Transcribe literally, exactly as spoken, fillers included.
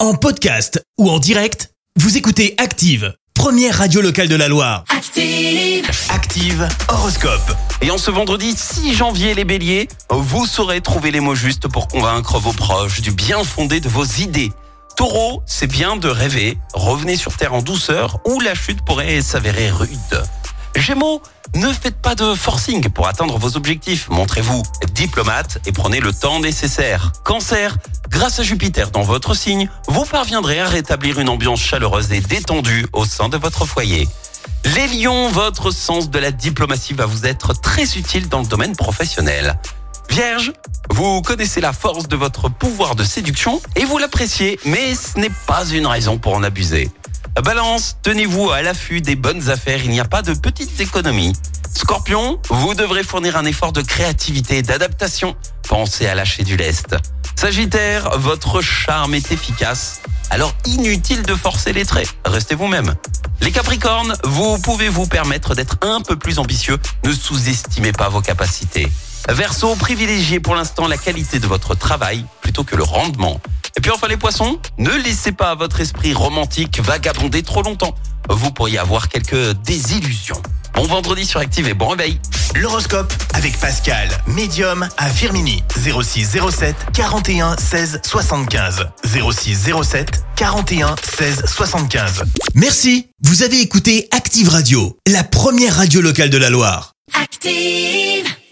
En podcast ou en direct, vous écoutez Active, première radio locale de la Loire. Active, Active horoscope. Et en ce vendredi six janvier, les béliers, vous saurez trouver les mots justes pour convaincre vos proches du bien fondé de vos idées. Taureau, c'est bien de rêver, revenez sur terre en douceur ou la chute pourrait s'avérer rude. Gémeaux, ne faites pas de forcing pour atteindre vos objectifs. Montrez-vous diplomate et prenez le temps nécessaire. Cancer, grâce à Jupiter dans votre signe, vous parviendrez à rétablir une ambiance chaleureuse et détendue au sein de votre foyer. Les lions, votre sens de la diplomatie va vous être très utile dans le domaine professionnel. Vierge, vous connaissez la force de votre pouvoir de séduction et vous l'appréciez, mais ce n'est pas une raison pour en abuser. Balance, tenez-vous à l'affût des bonnes affaires, il n'y a pas de petites économies. Scorpion, vous devrez fournir un effort de créativité et d'adaptation. Pensez à lâcher du lest. Sagittaire, votre charme est efficace, alors inutile de forcer les traits, restez vous-même. Les Capricornes, vous pouvez vous permettre d'être un peu plus ambitieux, ne sous-estimez pas vos capacités. Verseau, privilégiez pour l'instant la qualité de votre travail plutôt que le rendement. Et puis enfin les poissons, ne laissez pas votre esprit romantique vagabonder trop longtemps. Vous pourriez avoir quelques désillusions. Bon vendredi sur Active et bon réveil. L'horoscope avec Pascal, médium à Firmini. zéro six zéro sept quarante et un seize soixante-quinze. zéro six zéro sept quarante et un seize soixante-quinze. Merci, vous avez écouté Active Radio, la première radio locale de la Loire. active.